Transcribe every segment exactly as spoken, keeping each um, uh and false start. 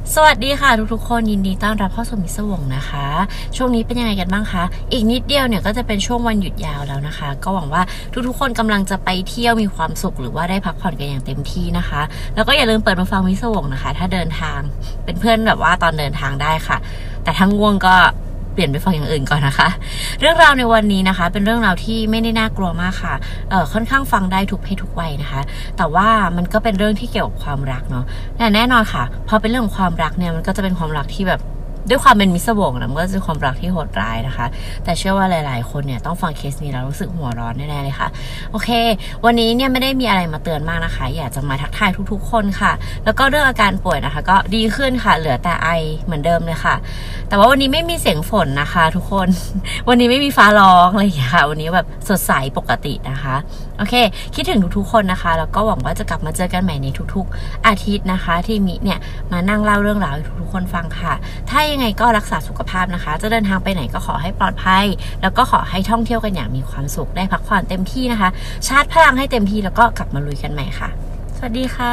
สวัสดีค่ะทุกๆคนยินดีต้อนรับเข้าสู่มิสวงนะคะช่วงนี้เป็นยังไงกันบ้างคะอีกนิดเดียวเนี่ยก็จะเป็นช่วงวันหยุดยาวแล้วนะคะก็หวังว่าทุกๆคนกำลังจะไปเที่ยวมีความสุขหรือว่าได้พักผ่อนกันอย่างเต็มที่นะคะแล้วก็อย่าลืมเปิดมาฟังมิสวงนะคะถ้าเดินทางเป็นเพื่อนแบบว่าตอนเดินทางได้ค่ะแต่ถ้าง่วงก็เปลี่ยนไปฟังอย่างอื่นก่อนนะคะเรื่องราวในวันนี้นะคะเป็นเรื่องราวที่ไม่ได้น่ากลัวมากค่ะเอ่อค่อนข้างฟังได้ทุกเพศทุกวัยนะคะแต่ว่ามันก็เป็นเรื่องที่เกี่ยวกับความรักเนาะแต่แน่นอนค่ะพอเป็นเรื่องของความรักเนี่ยมันก็จะเป็นความรักที่แบบด้วยความเป็นมิสวงนะมันก็จะเป็นความรักที่โหดร้ายนะคะแต่เชื่อว่าหลายๆคนเนี่ยต้องฟังเคสนี้แล้วรู้สึกหัวร้อนแน่ๆเลยค่ะโอเควันนี้เนี่ยไม่ได้มีอะไรมาเตือนมากนะคะอยากจะมาทักทายทุกๆคนค่ะแล้วก็เรื่องอาการป่วยนะคะก็ดีขึ้นค่ะเหลือแต่ไอเหมือนเดิมเลยค่ะแต่ว่าวันนี้ไม่มีเสียงฝนนะคะทุกคนวันนี้ไม่มีฟ้าร้องอะไรอย่างเงี้ยค่ะวันนี้แบบสดใสปกตินะคะโอเคคิดถึงทุกๆคนนะคะแล้วก็หวังว่าจะกลับมาเจอกันใหม่ในทุกๆอาทิตย์นะคะที่มิเนี่ยมานั่งเล่าเรื่องราวให้ทุกๆคนฟังค่ะถ้ายังไงก็รักษาสุขภาพนะคะจะเดินทางไปไหนก็ขอให้ปลอดภัยแล้วก็ขอให้ท่องเที่ยวกันอย่างมีความสุขได้พักผ่อนเต็มที่นะคะชาร์จพลังให้เต็มที่แล้วก็กลับมาลุยกันใหม่ค่ะสวัสดีค่ะ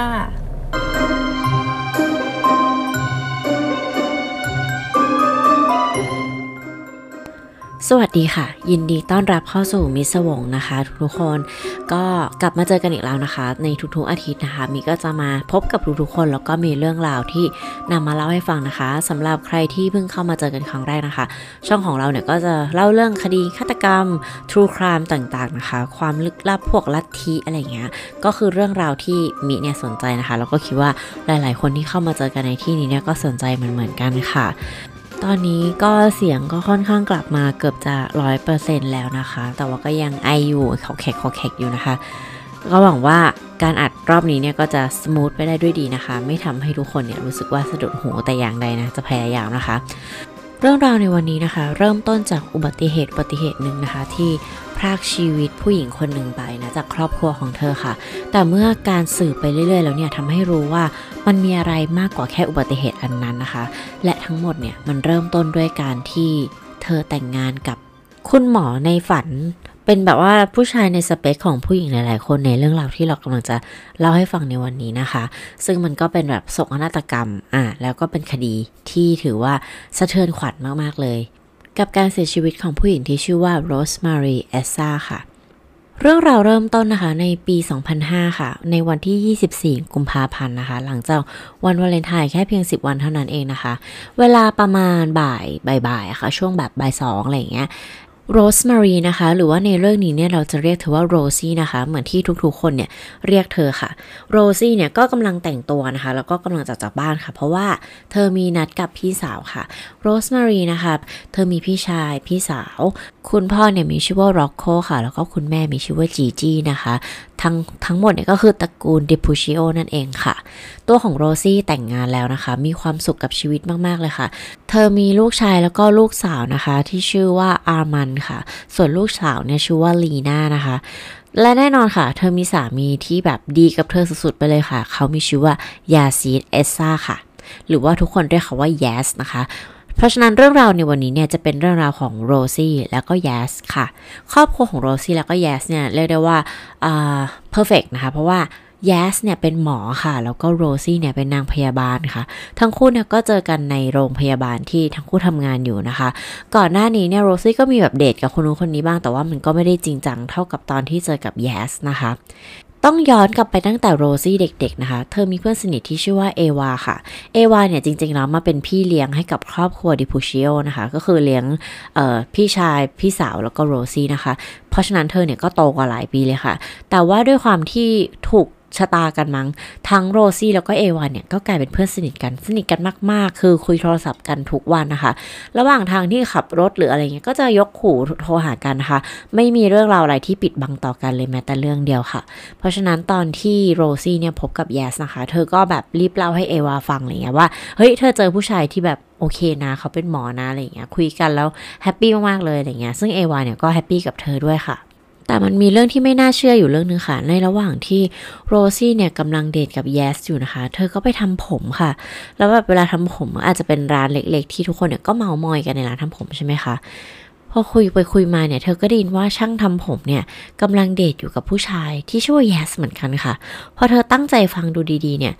สวัสดีค่ะยินดีต้อนรับเข้าสู่มิสวงนะคะทุกๆคนก็กลับมาเจอกันอีกแล้วนะคะในทุกๆอาทิตย์นะคะมิก็จะมาพบกับทุกๆคนแล้วก็มีเรื่องราวที่นำมาเล่าให้ฟังนะคะสำหรับใครที่เพิ่งเข้ามาเจอกันครั้งแรกนะคะช่องของเราเนี่ยก็จะเล่าเรื่องคดีฆาตกรรม True Crime ต่างๆนะคะความลึกลับพวกลัทธิอะไรเงี้ยก็คือเรื่องราวที่มิเนี่ยสนใจนะคะแล้วก็คิดว่าหลายๆคนที่เข้ามาเจอกันในที่นี้เนี่ยก็สนใจเหมือนๆกันค่ะตอนนี้ก็เสียงก็ค่อนข้างกลับมาเกือบจะ ร้อยเปอร์เซ็นต์ แล้วนะคะแต่ว่าก็ยังไออยู่ขอแขกขอแขกอยู่นะคะก็หวังว่าการอัดรอบนี้เนี่ยก็จะสมูทไปได้ด้วยดีนะคะไม่ทำให้ทุกคนเนี่ยรู้สึกว่าสะดุดหูแต่อย่างใดนะจะพยายามนะคะเรื่องราวในวันนี้นะคะเริ่มต้นจากอุบัติเหตุอุบัติเหตุหนึ่งนะคะที่พรากชีวิตผู้หญิงคนหนึ่งไปนะจากครอบครัวของเธอค่ะแต่เมื่อการสืบไปเรื่อยๆแล้วเนี่ยทำให้รู้ว่ามันมีอะไรมากกว่าแค่อุบัติเหตุอันนั้นนะคะและทั้งหมดเนี่ยมันเริ่มต้นด้วยการที่เธอแต่งงานกับคุณหมอในฝันเป็นแบบว่าผู้ชายในสเปคของผู้หญิงหลายๆคนในเรื่องราวที่เรากำลังจะเล่าให้ฟังในวันนี้นะคะซึ่งมันก็เป็นแบบโศกนาฏกรรมอ่ะแล้วก็เป็นคดีที่ถือว่าสะเทือนขวัญมากๆเลยกับการเสียชีวิตของผู้หญิงที่ชื่อว่าโรสมารีเอสซาค่ะเรื่องราวเริ่มต้นนะคะในปี สองพันห้า ค่ะในวันที่ ยี่สิบสี่ กุมภาพันธ์นะคะหลังจากวันวาเลนไทน์แค่เพียงสิบวันเท่านั้นเองนะคะเวลาประมาณบ่ายบ่ายๆค่ะช่วงแบบบ่ายสองอะไรอย่างเงี้ยโรสมารีนะคะหรือว่าในเรื่องนี้เนี่ยเราจะเรียกเธอว่าโรซี่นะคะเหมือนที่ทุกๆคนเนี่ยเรียกเธอค่ะโรซี่เนี่ยก็กำลังแต่งตัวนะคะแล้วก็กำลังจะจากบ้านค่ะเพราะว่าเธอมีนัดกับพี่สาวค่ะโรสมารีนะคะเธอมีพี่ชายพี่สาวคุณพ่อเนี่ยมีชื่อว่าร็อกโคค่ะแล้วก็คุณแม่มีชื่อว่าจีจี้นะคะทั้งทั้งหมดเนี่ยก็คือตระกูลดิพูชิโอนั่นเองค่ะตัวของโรซี่แต่งงานแล้วนะคะมีความสุขกับชีวิตมากๆเลยค่ะเธอมีลูกชายแล้วก็ลูกสาวนะคะที่ชื่อว่าอาร์มันค่ะส่วนลูกสาวเนี่ยชื่อว่าลีน่านะคะและแน่นอนค่ะเธอมีสามีที่แบบดีกับเธอสุดๆไปเลยค่ะเขามีชื่อว่ายาซีดเอสซาค่ะหรือว่าทุกคนเรียกเขาว่าแยสนะคะเพราะฉะนั้นเรื่องราวในวันนี้เนี่ยจะเป็นเรื่องราวของโรซี่แล้วก็แยสค่ะครอบครัวของโรซี่แล้วก็แยสเนี่ยเรียกได้ว่าอ่าเพอร์เฟกต์นะคะเพราะว่าแยสเนี่ยเป็นหมอค่ะแล้วก็โรซี่เนี่ยเป็นนางพยาบาลค่ะทั้งคู่เนี่ยก็เจอกันในโรงพยาบาลที่ทั้งคู่ทำงานอยู่นะคะก่อนหน้านี้เนี่ยโรซี่ก็มีแบบเดทกับคนนู้นคนนี้บ้างแต่ว่ามันก็ไม่ได้จริงจังเท่ากับตอนที่เจอกับแยสนะคะต้องย้อนกลับไปตั้งแต่โรซี่เด็กๆนะคะเธอมีเพื่อนสนิทที่ชื่อว่าเอวาค่ะเอวาเนี่ยจริงๆแล้วมาเป็นพี่เลี้ยงให้กับครอบครัวดิพูชิโอนะคะก็คือเลี้ยงเอ่อพี่ชายพี่สาวแล้วก็โรซี่นะคะเพราะฉะนั้นเธอเนี่ยก็โตกว่าหลายปีเลยค่ะแต่ว่าด้วยความที่ถูกชะตากันมั้งทั้งโรซี่แล้วก็เอวาเนี่ยก็กลายเป็นเพื่อนสนิทกันสนิทกันมากๆคือคุยโทรศัพท์กันทุกวันนะคะระหว่างทางที่ขับรถหรืออะไรเงี้ยก็จะยกหูโทรหากันนะคะไม่มีเรื่องราวอะไรที่ปิดบังต่อกันเลยแม้แต่เรื่องเดียวค่ะเพราะฉะนั้นตอนที่โรซี่เนี่ยพบกับแยสนะคะเธอก็แบบรีบเล่าให้เอวาฟังอะไรเงี้ยว่าเฮ้ยเธอเจอผู้ชายที่แบบโอเคนะเขาเป็นหมอนะอะไรเงี้ยคุยกันแล้วแฮปปี้มากๆเลยอะไรเงี้ยซึ่งเอวาเนี่ยก็แฮปปี้กับเธอด้วยค่ะแต่มันมีเรื่องที่ไม่น่าเชื่ออยู่เรื่องนึงค่ะในระหว่างที่โรซี่เนี่ยกำลังเดทกับแยสอยู่นะคะเธอก็ไปทำผมค่ะแล้วแบบเวลาทำผมอาจจะเป็นร้านเล็กๆที่ทุกคนเนี่ยก็เมามอยกันในร้านทำผมใช่ไหมคะพอคุยไปคุยมาเนี่ยเธอก็ได้ยินว่าช่างทำผมเนี่ยกำลังเดทอยู่กับผู้ชายที่ชื่อว่าแยสเหมือนกันค่ะพอเธอตั้งใจฟังดูดีๆเนี่ย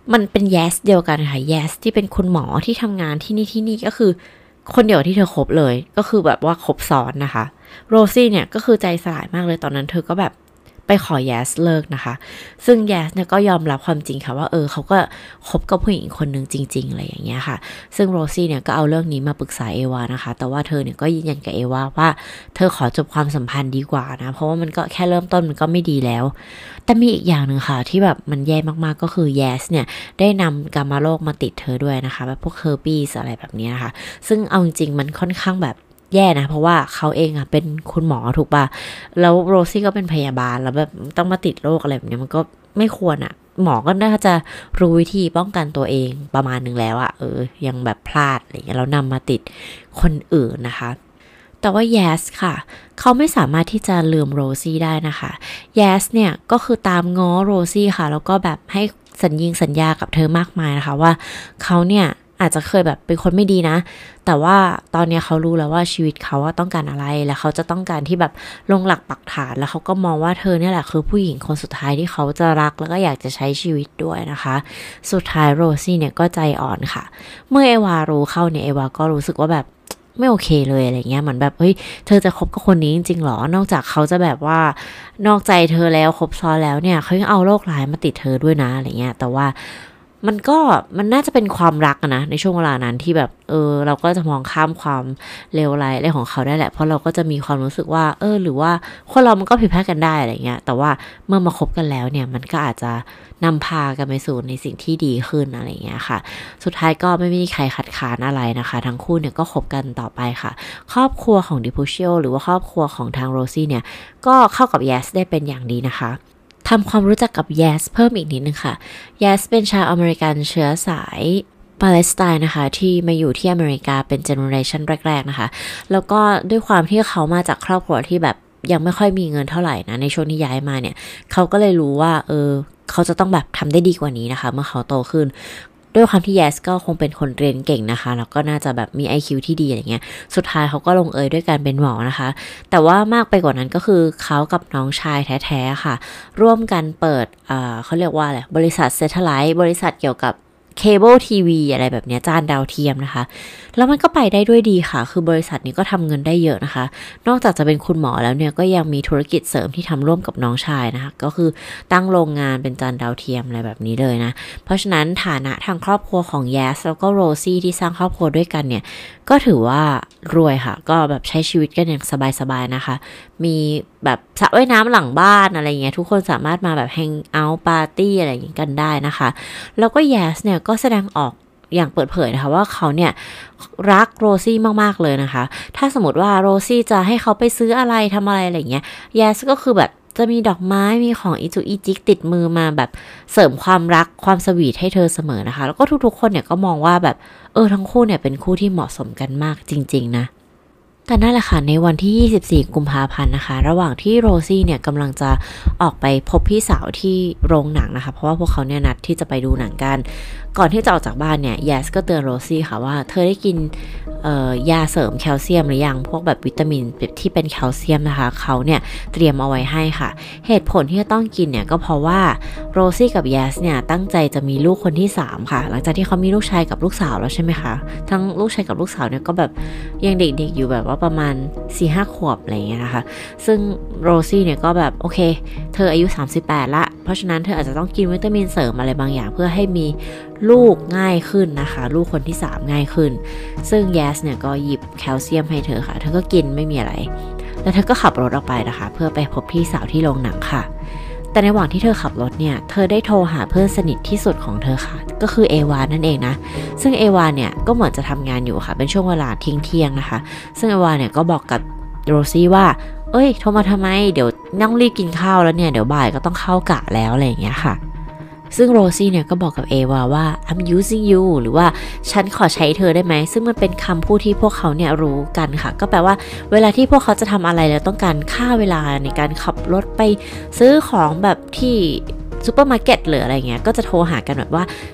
มันเป็นแยสเดียวกันค่ะแยสที่เป็นคุณหมอที่ทำงานที่นี่ที่นี่ก็คือคนเดียวที่เธอคบเลยก็คือแบบว่าคบซ้อนนะคะโรซี่เนี่ยก็คือใจสลายมากเลยตอนนั้นเธอก็แบบไปขอแยสเลิกนะคะซึ่งแยสเนี่ยก็ยอมรับความจริงค่ะว่าเออเขาก็คบกับผู้หญิงคนหนึ่งจริงๆอะไรอย่างเงี้ยค่ะซึ่งโรซี่เนี่ยก็เอาเรื่องนี้มาปรึกษาเอวานะคะแต่ว่าเธอเนี่ยก็ยืนยันกับเอวาว่าเธอขอจบความสัมพันธ์ดีกว่านะเพราะว่ามันก็แค่เริ่มต้นมันก็ไม่ดีแล้วแต่มีอีกอย่างหนึ่งค่ะที่แบบมันแย่มากๆก็คือแยสเนี่ยได้นำกามาโรคมาติดเธอด้วยนะคะแบบพวกเฮอร์ปีสอะไรแบบนี้นะคะซึ่งเอาจริงๆมันค่อนข้างแบบแย่นะเพราะว่าเขาเองอ่ะเป็นคุณหมอถูกป่ะแล้วโรซี่ก็เป็นพยาบาลแล้วแบบต้องมาติดโรคอะไรแบบนี้มันก็ไม่ควรอ่ะหมอก็น่าจะรู้วิธีป้องกันตัวเองประมาณนึงแล้วอ่ะเออยังแบบพลาดอะไรเงี้ยแล้วนำมาติดคนอื่นนะคะแต่ว่าแยสค่ะเขาไม่สามารถที่จะลืมโรซี่ได้นะคะแยสเนี่ยก็คือตามง้อโรซี่ค่ะแล้วก็แบบให้สัญญิงสัญญากับเธอมากมายนะคะว่าเขาเนี่ยอาจจะเคยแบบเป็นคนไม่ดีนะแต่ว่าตอนนี้เขารู้แล้วว่าชีวิตเขาต้องการอะไรแล้วเขาจะต้องการที่แบบลงหลักปักฐานแล้วเขาก็มองว่าเธอเนี่ยแหละคือผู้หญิงคนสุดท้ายที่เขาจะรักแล้วก็อยากจะใช้ชีวิตด้วยนะคะสุดท้ายโรซี่เนี่ยก็ใจอ่อนค่ะเมื่อเอวารู้เข้าเนี่ยเอวาก็รู้สึกว่าแบบไม่โอเคเลยอะไรเงี้ยเหมือนแบบเฮ้ยเธอจะคบกับคนนี้จริงๆหรอนอกจากเขาจะแบบว่านอกใจเธอแล้วคบซ้อนแล้วเนี่ยเขายังเอาโรคร้ายมาติดเธอด้วยนะอะไรเงี้ยแต่ว่ามันก็มันน่าจะเป็นความรักนะในช่วงเวลานั้นที่แบบเออเราก็จะมองข้ามความเลวร้ายอะไรของเขาได้แหละเพราะเราก็จะมีความรู้สึกว่าเออหรือว่าคนเรามันก็ผิดพลาดกันได้อะไรเงี้ยแต่ว่าเมื่อมาคบกันแล้วเนี่ยมันก็อาจจะนำพากันไปสู่ในสิ่งที่ดีขึ้นอะไรเงี้ยค่ะสุดท้ายก็ไม่มีใครขัดขานอะไรนะคะทั้งคู่เนี่ยก็คบกันต่อไปค่ะครอบครัวของดิพูเชียลหรือว่าครอบครัวของทางโรซี่เนี่ยก็เข้ากับแยสได้เป็นอย่างดีนะคะทำความรู้จักกับแยสเพิ่มอีกนิดนึงค่ะแยสเป็นชาวอเมริกันเชื้อสายปาเลสไตน์นะคะที่มาอยู่ที่อเมริกาเป็นเจเนอเรชันแรกๆนะคะแล้วก็ด้วยความที่เขามาจากครอบครัวที่แบบยังไม่ค่อยมีเงินเท่าไหร่นะในช่วงที่ย้ายมาเนี่ยเขาก็เลยรู้ว่าเออเขาจะต้องแบบทำได้ดีกว่านี้นะคะเมื่อเขาโตขึ้นด้วยความที่แยสก็คงเป็นคนเรียนเก่งนะคะแล้วก็น่าจะแบบมี ไอ คิว ที่ดีอะไรเงี้ยสุดท้ายเขาก็ลงเอยด้วยการเป็นหมอนะคะแต่ว่ามากไปกว่านั้นก็คือเขากับน้องชายแท้ๆค่ะร่วมกันเปิดอ่าเขาเรียกว่าอะไรบริษัทเซทไลท์บริษัทเกี่ยวกับเคเบิลทีวีอะไรแบบนี้จานดาวเทียมนะคะแล้วมันก็ไปได้ด้วยดีค่ะคือบริษัทนี้ก็ทำเงินได้เยอะนะคะนอกจากจะเป็นคุณหมอแล้วเนี่ยก็ยังมีธุรกิจเสริมที่ทำร่วมกับน้องชายนะคะก็คือตั้งโรงงานเป็นจานดาวเทียมอะไรแบบนี้เลยนะเพราะฉะนั้นฐานะทางครอบครัวของแยสแล้วก็โรซี่ที่สร้างครอบครัวด้วยกันเนี่ยก็ถือว่ารวยค่ะก็แบบใช้ชีวิตกันอย่างสบายๆนะคะมีแบบสระว่ายน้ำหลังบ้านอะไรเงี้ยทุกคนสามารถมาแบบแฮงเอาท์ปาร์ตี้อะไรอย่างงี้กันได้นะคะแล้วก็แยสเนี่ยก็แสดงออกอย่างเปิดเผยนะคะว่าเขาเนี่ยรักโรซี่มากๆเลยนะคะถ้าสมมติว่าโรซี่จะให้เขาไปซื้ออะไรทำอะไรอะไรเงี้ยแยสก็คือแบบจะมีดอกไม้มีของอีจุอีจิกติดมือมาแบบเสริมความรักความสวีทให้เธอเสมอนะคะแล้วก็ทุกๆคนเนี่ยก็มองว่าแบบเออทั้งคู่เนี่ยเป็นคู่ที่เหมาะสมกันมากจริงๆนะแต่นั่นแหละค่ะในวันที่ยี่สิบสี่กุมภาพันธ์นะคะระหว่างที่โรซี่เนี่ยกำลังจะออกไปพบพี่สาวที่โรงหนังนะคะเพราะว่าพวกเขาเนี่ยนัดที่จะไปดูหนังกันก่อนที่จะออกจากบ้านเนี่ยแยสก็เตือนโรซี่ค่ะว่าเธอได้กินยาเสริมแคลเซียมหรือยังพวกแบบวิตามินที่เป็นแคลเซียมนะคะเขาเนี่ยเตรียมเอาไว้ให้ค่ะเหตุผลที่จะต้องกินเนี่ยก็เพราะว่าโรซี่กับแยสเนี่ยตั้งใจจะมีลูกคนที่สามค่ะหลังจากที่เขามีลูกชายกับลูกสาวแล้วใช่ไหมคะทั้งลูกชายกับลูกสาวเนี่ยก็แบบยังเด็กๆอยู่แบบว่าประมาณ สี่ห้า ขวบอะไรอย่างเงี้ยนะคะซึ่งโรซี่เนี่ยก็แบบโอเคเธออายุสามสิบแปดละเพราะฉะนั้นเธออาจจะต้องกินวิตามินเสริมอะไรบางอย่างเพื่อให้มีลูกง่ายขึ้นนะคะลูกคนที่สามง่ายขึ้นซึ่งแยสเนี่ยก็หยิบแคลเซียมให้เธอค่ะเธอก็กินไม่มีอะไรแล้วเธอก็ขับรถออกไปนะคะเพื่อไปพบพี่สาวที่โรงหนังค่ะแต่ในระหว่างที่เธอขับรถเนี่ยเธอได้โทรหาเพื่อนสนิทที่สุดของเธอค่ะก็คือเอวานั่นเองนะซึ่งเอวาเนี่ยก็เหมือนจะทำงานอยู่ค่ะเป็นช่วงเวลาทิ้งเที่ยงนะคะซึ่งเอวาเนี่ยก็บอกกับโรซี่ว่าเอ้ยโทรมาทำไมเดี๋ยวนั่งรีบกินข้าวแล้วเนี่ยเดี๋ยวบ่ายก็ต้องเข้ากะแล้วอะไรอย่างเงี้ยค่ะซึ่งโรซี่เนี่ยก็บอกกับเอวาว่า I'm using you หรือว่าฉันขอใช้เธอได้ไหมซึ่งมันเป็นคำพูดที่พวกเขาเนี่ยรู้กันค่ะก็แปลว่าเวลาที่พวกเขาจะทำอะไรแล้วต้องการค่าเวลาในการขับรถไปซื้อของแบบที่ซูเปอร์มาร์เก็ตหรืออะไรเงี้ยก็จะโทรหากันแบบว่าโท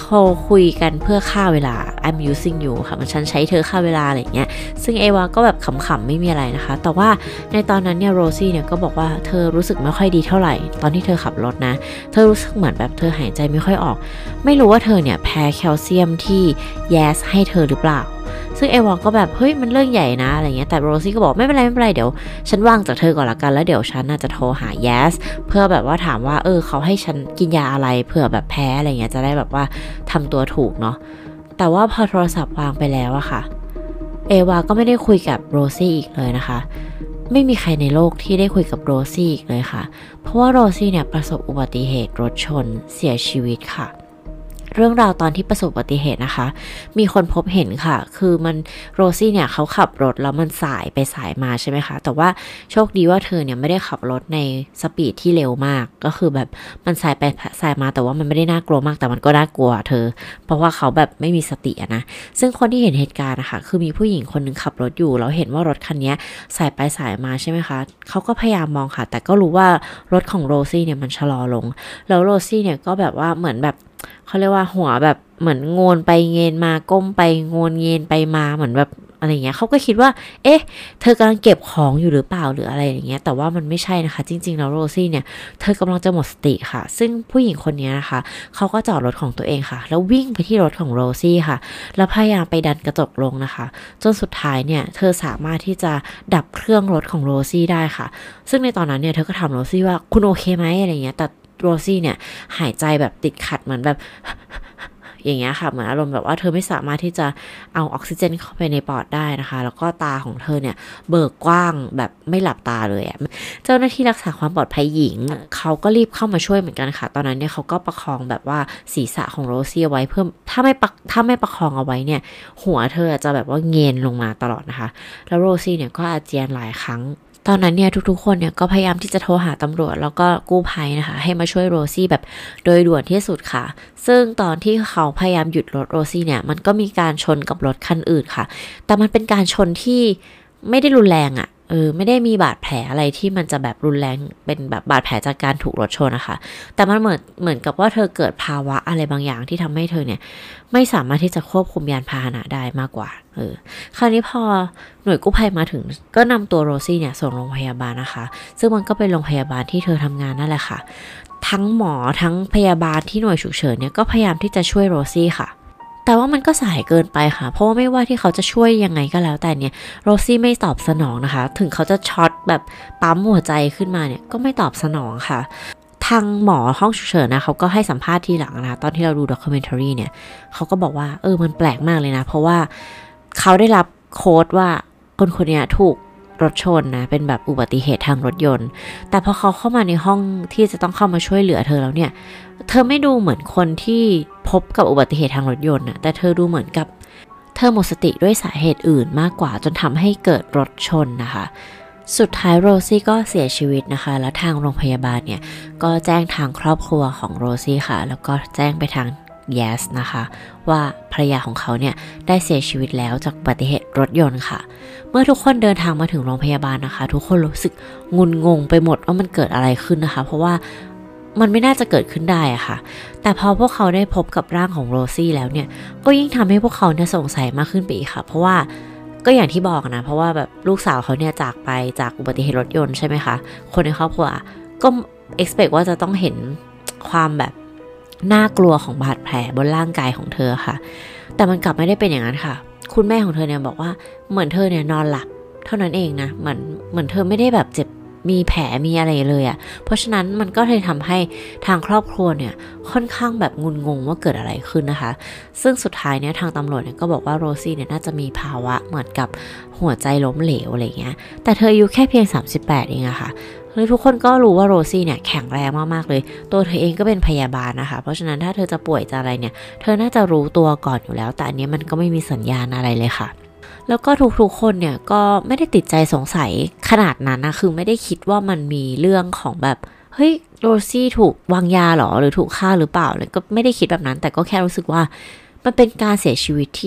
รคุยกันเพื่อฆ่าเวลา I'm using you ค่ะมันฉันใช้เธอฆ่าเวลาอะไรอย่างเงี้ยซึ่งเอวาก็แบบขำๆไม่มีอะไรนะคะแต่ว่าในตอนนั้นเนี่ยโรซี่เนี่ยก็บอกว่าเธอรู้สึกไม่ค่อยดีเท่าไหร่ตอนที่เธอขับรถนะเธอรู้สึกเหมือนแบบเธอหายใจไม่ค่อยออกไม่รู้ว่าเธอเนี่ยแพ้แคลเซียมที่แยสให้เธอหรือเปล่าซึ่งเอวาก็แบบเฮ้ยมันเรื่องใหญ่นะอะไรเงี้ยแต่โรซี่ก็บอกไม่เป็นไรไม่เป็นไรเดี๋ยวฉันวางจากเธอก่อนละกันแล้วเดี๋ยวฉันน่าจะโทรหาแยสเพื่อแบบว่าถามว่าเออเขาให้ฉันกินยาอะไรเผื่อแบบแพ้อะไรเงี้ยจะได้แบบว่าทำตัวถูกเนาะแต่ว่าพอโทรศัพท์วางไปแล้วอะค่ะเอวาก็ไม่ได้คุยกับโรซี่อีกเลยนะคะไม่มีใครในโลกที่ได้คุยกับโรซี่อีกเลยค่ะเพราะว่าโรซี่เนี่ยประสบอุบัติเหตุรถชนเสียชีวิตค่ะเรื่องราวตอนที่ประสบอุบัติเหตุนะคะมีคนพบเห็นค่ะคือมันโรซี่เนี่ยเขาขับรถแล้วมันสายไปสายมาใช่ไหมคะแต่ว่าโชคดีว่าเธอเนี่ยไม่ได้ขับรถในสปีดที่เร็วมากก็คือแบบมันสายไปสายมาแต่ว่ามันไม่ได้น่ากลัวมากแต่มันก็น่ากลัวเธอเพราะว่าเขาแบบไม่มีสติอะนะซึ่งคนที่เห็นเหตุการณ์นะคะคือมีผู้หญิงคนนึงขับรถอยู่แล้วเห็นว่ารถคันนี้สายไปสายมาใช่ไหมคะเขาก็พยายามมองค่ะแต่ก็รู้ว่ารถของโรซี่เนี่ยมันชะลอลงแล้วโรซี่เนี่ยก็แบบว่าเหมือนแบบเขาเรียกว่าหัวแบบเหมือนโงนไปเงนมาก้มไปโงนเงนไปมาเหมือนแบบอะไรเงี้ยเขาก็คิดว่าเอ๊ะเธอกำลังเก็บของอยู่หรือเปล่าหรืออะไรอย่างเงี้ยแต่ว่ามันไม่ใช่นะคะจริงๆแล้วโรซี่เนี่ยเธอกำลังจะหมดสติค่ะซึ่งผู้หญิงคนนี้นะคะเขาก็จอดรถของตัวเองค่ะแล้ววิ่งไปที่รถของโรซี่ค่ะแล้วพยายามไปดันกระจกลงนะคะจนสุดท้ายเนี่ยเธอสามารถที่จะดับเครื่องรถของโรซี่ได้ค่ะซึ่งในตอนนั้นเนี่ยเธอก็ถามโรซี่ว่าคุณโอเคไหมอะไรเงี้ยแต่โรซี่เนี่ยหายใจแบบติดขัดเหมือนแบบอย่างเงี้ยค่ะเหมือนอารมณ์แบบว่าเธอไม่สามารถที่จะเอาออกซิเจนเข้าไปในปอดได้นะคะแล้วก็ตาของเธอเนี่ยเบิกกว้างแบบไม่หลับตาเลยอะเจ้าหน้าที่รักษาความปลอดภัยหญิงเขาก็รีบเข้ามาช่วยเหมือนกันค่ะตอนนั้นเนี่ยเขาก็ประคองแบบว่าศีรษะของโรซี่เอาไว้เพิ่มถ้าไม่ประถ้าไม่ประคองเอาไว้เนี่ยหัวเธอจะแบบว่าเงนลงมาตลอดนะคะแล้วโรซี่เนี่ยก็อาเจียนหลายครั้งตอนนั้นเนี่ยทุกๆคนเนี่ยก็พยายามที่จะโทรหาตำรวจแล้วก็กู้ภัยนะคะให้มาช่วยโรซี่แบบโดยด่วนที่สุดค่ะซึ่งตอนที่เขาพยายามหยุดรถโรซี่เนี่ยมันก็มีการชนกับรถคันอื่นค่ะแต่มันเป็นการชนที่ไม่ได้รุนแรงอะ่ะเออไม่ได้มีบาดแผลอะไรที่มันจะแบบรุนแรงเป็นแบบบาดแผลจากการถูกรถชนนะคะแต่มันเหมือนเหมือนกับว่าเธอเกิดภาวะอะไรบางอย่างที่ทำให้เธอเนี่ยไม่สามารถที่จะควบคุมยานพาหนะได้มากกว่าเออคราวนี้พอหน่วยกู้ภัยมาถึงก็นำตัวโรซี่เนี่ยส่งโรงพยาบาลนะคะซึ่งมันก็เป็นโรงพยาบาลที่เธอทำงานนั่นแหละค่ะทั้งหมอทั้งพยาบาลที่หน่วยฉุกเฉินเนี่ยก็พยายามที่จะช่วยโรซี่ค่ะแต่ว่ามันก็สายเกินไปค่ะเพราะว่าไม่ว่าที่เขาจะช่วยยังไงก็แล้วแต่เนี่ยโรซี่ไม่ตอบสนองนะคะถึงเขาจะช็อตแบบปั๊มหัวใจขึ้นมาเนี่ยก็ไม่ตอบสนองค่ะทางหมอห้องฉุกเฉินนะเขาก็ให้สัมภาษณ์ทีหลังนะตอนที่เราดูด็อกิเมนทารีเนี่ยเขาก็บอกว่าเออมันแปลกมากเลยนะเพราะว่าเขาได้รับโค้ดว่าคนคนนี้ถูกรถชนนะเป็นแบบอุบัติเหตุทางรถยนต์แต่พอเขาเข้ามาในห้องที่จะต้องเข้ามาช่วยเหลือเธอแล้วเนี่ยเธอไม่ดูเหมือนคนที่พบกับอุบัติเหตุทางรถยนต์นะแต่เธอดูเหมือนกับเธอหมดสติด้วยสาเหตุอื่นมากกว่าจนทำให้เกิดรถชนนะคะสุดท้ายโรซี่ก็เสียชีวิตนะคะแล้วทางโรงพยาบาลเนี่ยก็แจ้งทางครอบครัวของโรซี่ค่ะแล้วก็แจ้งไปทางแยสนะคะว่าภรรยาของเขาเนี่ยได้เสียชีวิตแล้วจากอุบัติเหตุรถยนต์ค่ะเมื่อทุกคนเดินทางมาถึงโรงพยาบาลนะคะทุกคนรู้สึกงุนงงไปหมดว่ามันเกิดอะไรขึ้นนะคะเพราะว่ามันไม่น่าจะเกิดขึ้นได้อะค่ะแต่พอพวกเขาได้พบกับร่างของโรซี่แล้วเนี่ยก็ยิ่งทำให้พวกเขาเนี่ยสงสัยมากขึ้นไปอีกค่ะเพราะว่าก็อย่างที่บอกนะเพราะว่าแบบลูกสาวเขาเนี่ยจากไปจากอุบัติเหตุรถยนต์ใช่ไหมคะคนในครอบครัวก็ expect ว่าจะต้องเห็นความแบบน่ากลัวของบาดแผลบนร่างกายของเธอค่ะแต่มันกลับไม่ได้เป็นอย่างนั้นค่ะคุณแม่ของเธอเนี่ยบอกว่าเหมือนเธอเนี่ยนอนหลับเท่านั้นเองนะเหมือนเหมือนเธอไม่ได้แบบเจ็บมีแผลมีอะไรเลยอะ่ะเพราะฉะนั้นมันก็เลยทำให้ทางครอบครัวเนี่ยค่อนข้างแบบงุนงงว่าเกิดอะไรขึ้นนะคะซึ่งสุดท้ายเนี่ยทางตำรวจเนี่ยก็บอกว่าโรซี่เนี่ยน่าจะมีภาวะเหมือนกับหัวใจล้มเหลวอะไรเงี้ยแต่เธออายุแค่เพียงสามสิบแปดเองอะค่ะเลยทุกคนก็รู้ว่าโรซี่เนี่ยแข็งแรงมากๆเลยตัวเธอเองก็เป็นพยาบาลนะคะเพราะฉะนั้นถ้าเธอจะป่วยจะอะไรเนี่ยเธอน่าจะรู้ตัวก่อนอยู่แล้วแต่อันนี้มันก็ไม่มีสัญญาณอะไรเลยค่ะแล้วก็ทุกๆคนเนี่ยก็ไม่ได้ติดใจสงสัยขนาดนั้นนะคือไม่ได้คิดว่ามันมีเรื่องของแบบเฮ้ยโรซี่ถูกวางยาหรอหรือถูกฆ่าหรือเปล่าเลยก็ไม่ได้คิดแบบนั้นแต่ก็แค่รู้สึกว่ามันเป็นการเสียชีวิตที่แบบ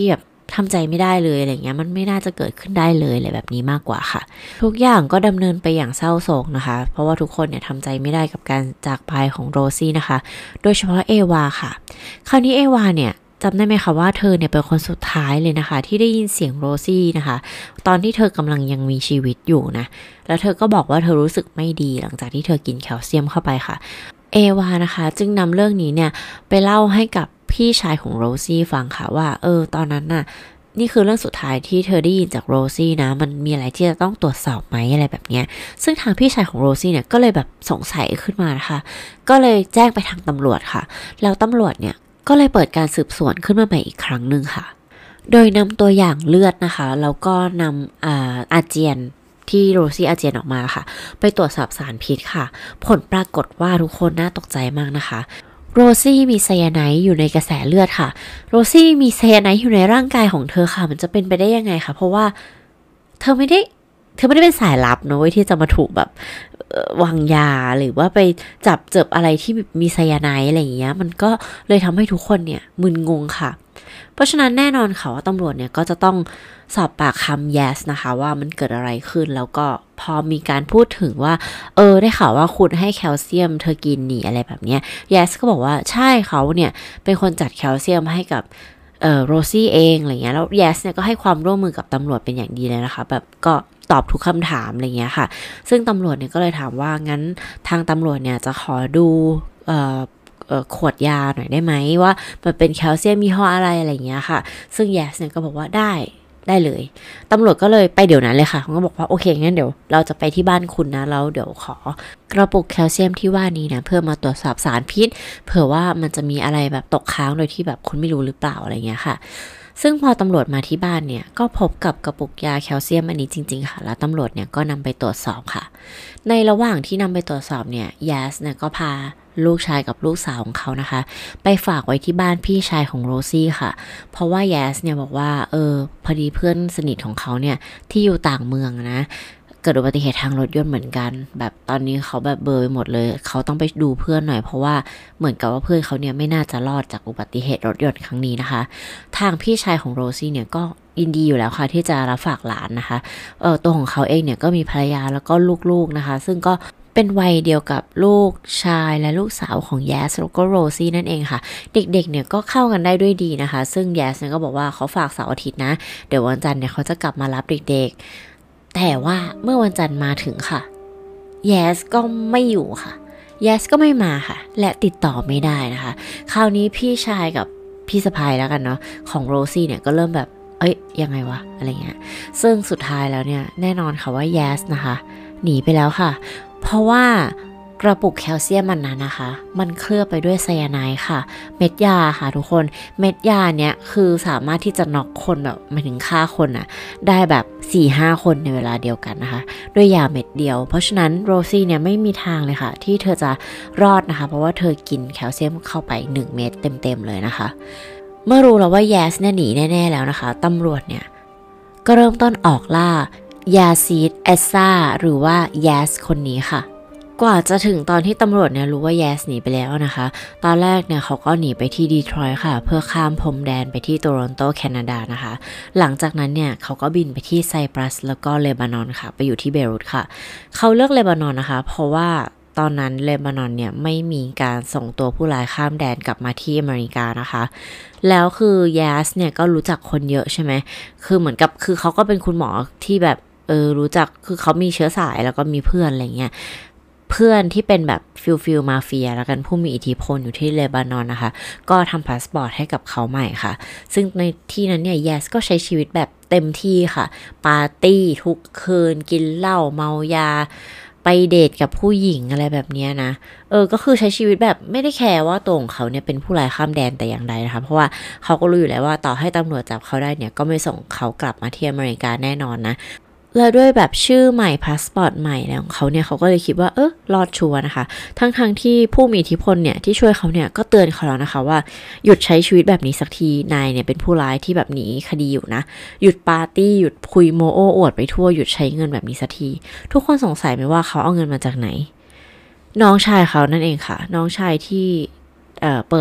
ทำใจไม่ได้เลยอะไรเงี้ยมันไม่น่าจะเกิดขึ้นได้เลยอะไรแบบนี้มากกว่าค่ะทุกอย่างก็ดำเนินไปอย่างเศร้าโศกนะคะเพราะว่าทุกคนเนี่ยทำใจไม่ได้กับการจากไปของโรซี่นะคะโดยเฉพาะเอวาค่ะคราวนี้เอวาเนี่ยจำได้ไหมคะว่าเธอเนี่ยเป็นคนสุดท้ายเลยนะคะที่ได้ยินเสียงโรซี่นะคะตอนที่เธอกำลังยังมีชีวิตอยู่นะแล้วเธอก็บอกว่าเธอรู้สึกไม่ดีหลังจากที่เธอกินแคลเซียมเข้าไปค่ะเอวานะคะจึงนำเรื่องนี้เนี่ยไปเล่าให้กับพี่ชายของโรซี่ฟังค่ะว่าเออตอนนั้นน่ะนี่คือเรื่องสุดท้ายที่เธอได้ยินจากโรซี่นะมันมีอะไรที่จะต้องตรวจสอบไหมอะไรแบบเนี้ยซึ่งทางพี่ชายของโรซี่เนี่ยก็เลยแบบสงสัยขึ้นมานะคะก็เลยแจ้งไปทางตำรวจค่ะแล้วตำรวจเนี่ยก็เลยเปิดการสืบสวนขึ้นมาใหม่อีกครั้งหนึ่งค่ะโดยนำตัวอย่างเลือดนะคะแล้วก็นำอ่าอาเจียนที่โรซี่อาเจียนออกมาค่ะไปตรวจสอบสารพิษค่ะผลปรากฏว่าทุกคนน่าตกใจมากนะคะโรซี่มีไซยาไนด์อยู่ในกระแสเลือดค่ะโรซี่มีไซยาไนด์อยู่ในร่างกายของเธอค่ะมันจะเป็นไปได้ยังไงคะเพราะว่าเธอไม่ได้เธอไม่ได้เป็นสายลับนะเว้ยที่จะมาถูกแบบวางยาหรือว่าไปจับเจ็บอะไรที่มีไซยาไนด์อะไรอย่างเงี้ยมันก็เลยทำให้ทุกคนเนี่ยมึนงงค่ะเพราะฉะนั้นแน่นอนค่ะว่าตำรวจเนี่ยก็จะต้องสอบปากคำแยสนะคะว่ามันเกิดอะไรขึ้นแล้วก็พอมีการพูดถึงว่าเออได้ข่าวว่าคุณให้แคลเซียมเธอกินนี่อะไรแบบเนี้ยแยสก็บอกว่าใช่เขาเนี่ยเป็นคนจัดแคลเซียมให้กับเอ่อโรซี่เองอะไรเงี้ยแล้วแยสเนี่ยก็ให้ความร่วมมือกับตำรวจเป็นอย่างดีเลยนะคะแบบก็ตอบทุกคำถามอะไรเงี้ยค่ะซึ่งตำรวจเนี่ยก็เลยถามว่างั้นทางตำรวจเนี่ยจะขอดูเอ่อขวดยาหน่อยได้ไหมว่ามันเป็นแคลเซียมยี่ห้ออะไรอะไรเงี้ยค่ะซึ่งแยสเนี่ยก็บอกว่าได้ได้เลยตำรวจก็เลยไปเดี๋ยวนั้นเลยค่ะเขาก็บอกว่าโอเคงั้นเดี๋ยวเราจะไปที่บ้านคุณนะแล้วเดี๋ยวขอกระปุกแคลเซียมที่ว่านี้นะเพื่อมาตรวจสอบสารพิษเผื่อว่ามันจะมีอะไรแบบตกค้างโดยที่แบบคุณไม่รู้หรือเปล่าอะไรเงี้ยค่ะซึ่งพอตำรวจมาที่บ้านเนี่ยก็พบกับกระปุกยาแคลเซียมอันนี้จริงๆค่ะแล้วตำรวจเนี่ยก็นำไปตรวจสอบค่ะในระหว่างที่นำไปตรวจสอบเนี่ยแยสเนี่ยก็พาลูกชายกับลูกสาวของเขานะคะไปฝากไว้ที่บ้านพี่ชายของโรซี่ค่ะเพราะว่าแยสเนี่ยบอกว่าเออพอดีเพื่อนสนิทของเขาเนี่ยที่อยู่ต่างเมืองนะเกิดอุบัติเหตุทางรถยนต์เหมือนกันแบบตอนนี้เขาแบบเบลอไปหมดเลยเขาต้องไปดูเพื่อนหน่อยเพราะว่าเหมือนกับว่าเพื่อนเขาเนี่ยไม่น่าจะรอดจากอุบัติเหตุรถยนต์ครั้งนี้นะคะทางพี่ชายของโรซี่เนี่ยก็ยินดีอยู่แล้วค่ะที่จะรับฝากหลานนะคะเออตัวของเขาเองเนี่ยก็มีภรรยาแล้วก็ลูกๆนะคะซึ่งก็เป็นวัยเดียวกับลูกชายและลูกสาวของแยสแล้วก็โรซี่นั่นเองค่ะเด็กๆเนี่ยก็เข้ากันได้ด้วยดีนะคะซึ่งแยสเนี่ยก็บอกว่าเขาฝากเสาร์อาทิตย์นะเดี๋ยววันจันทร์เนี่ยเขาจะกลับมารับเด็กๆแต่ว่าเมื่อวันจันทร์มาถึงค่ะแยสก็ไม่อยู่ค่ะแยสก็ไม่มาค่ะและติดต่อไม่ได้นะคะคราวนี้พี่ชายกับพี่สะใภ้แล้วกันเนาะของโรซี่เนี่ยก็เริ่มแบบเอ้ยยังไงวะอะไรเงี้ยซึ่งสุดท้ายแล้วเนี่ยแน่นอนค่ะว่าแยสนะคะหนีไปแล้วค่ะเพราะว่ากระปุกแคลเซียมมันนั้นนะคะมันเคลือบไปด้วยไซยาไนด์ค่ะเม็ดยาค่ะทุกคนเม็ดยาเนี้ยคือสามารถที่จะน็อกคนแบบหมายถึงฆ่าคนอะได้แบบ สี่ถึงห้า คนในเวลาเดียวกันนะคะด้วยยาเม็ดเดียวเพราะฉะนั้นโรซี่เนี่ยไม่มีทางเลยค่ะที่เธอจะรอดนะคะเพราะว่าเธอกินแคลเซียมเข้าไปหนึ่งเม็ดเต็มๆเลยนะคะเมื่อรู้แล้วว่าแยสเนี่ยหนีแน่ๆแล้วนะคะตำรวจเนี่ยก็เริ่มต้นออกล่ายาซีดเอสซาหรือว่าแยสคนนี้ค่ะกว่าจะถึงตอนที่ตำรวจเนี่ยรู้ว่าแยสหนีไปแล้วนะคะตอนแรกเนี่ยเขาก็หนีไปที่ดีทรอยต์ค่ะเพื่อข้ามพรมแดนไปที่โตรอนโตแคนาดานะคะหลังจากนั้นเนี่ยเขาก็บินไปที่ไซปรัสแล้วก็เลบานอนค่ะไปอยู่ที่เบรุตค่ะเขาเลือกเลบานอนนะคะเพราะว่าตอนนั้นเลบานอนเนี่ยไม่มีการส่งตัวผู้ร้ายข้ามแดนกลับมาที่อเมริกานะคะแล้วคือแยสเนี่ยก็รู้จักคนเยอะใช่ไหมคือเหมือนกับคือเขาก็เป็นคุณหมอที่แบบเออรู้จักคือเขามีเชื้อสายแล้วก็มีเพื่อนอะไรเงี้ยเพื่อนที่เป็นแบบฟิลฟิลมาเฟียแล้วกันผู้มีอิทธิพลอยู่ที่เลบานอนนะคะก็ทำพาสปอร์ตให้กับเขาใหม่ค่ะซึ่งในที่นั้นเนี่ยแยสก็ใช้ชีวิตแบบเต็มที่ค่ะปาร์ตี้ทุกคืนกินเหล้าเมายาไปเดทกับผู้หญิงอะไรแบบนี้นะเออก็คือใช้ชีวิตแบบไม่ได้แคร์ว่าตัวของเขาเนี่ยเป็นผู้ร้ายข้ามแดนแต่อย่างใดนะคะเพราะว่าเขาก็รู้อยู่แล้วว่าต่อให้ตำรวจจับเขาได้เนี่ยก็ไม่ส่งเขากลับมาที่อเมริกาแน่นอนนะแล้วด้วยแบบชื่อใหม่พาสปอร์ตใหม่แล้วของเขาเนี่ยเขาก็เลยคิดว่าเออรอดชัวร์นะคะทั้งๆ ท, ที่ผู้มีอิทธิพลเนี่ยที่ช่วยเขาเนี่ยก็เตือนเขาแล้วนะคะว่าหยุดใช้ชีวิตแบบนี้สักทีนายเนี่ยเป็นผู้ร้ายที่แบบหนีคดีอยู่นะหยุดปาร์ตี้หยุดคุยโมโอ้อวดไปทั่วหยุดใช้เงินแบบนี้สักทีทุกคนสงสัยไหมว่าเขาเอาเงินมาจากไหนน้องชายเขานั่นเองค่ะน้องชายที่เอ่อเปิด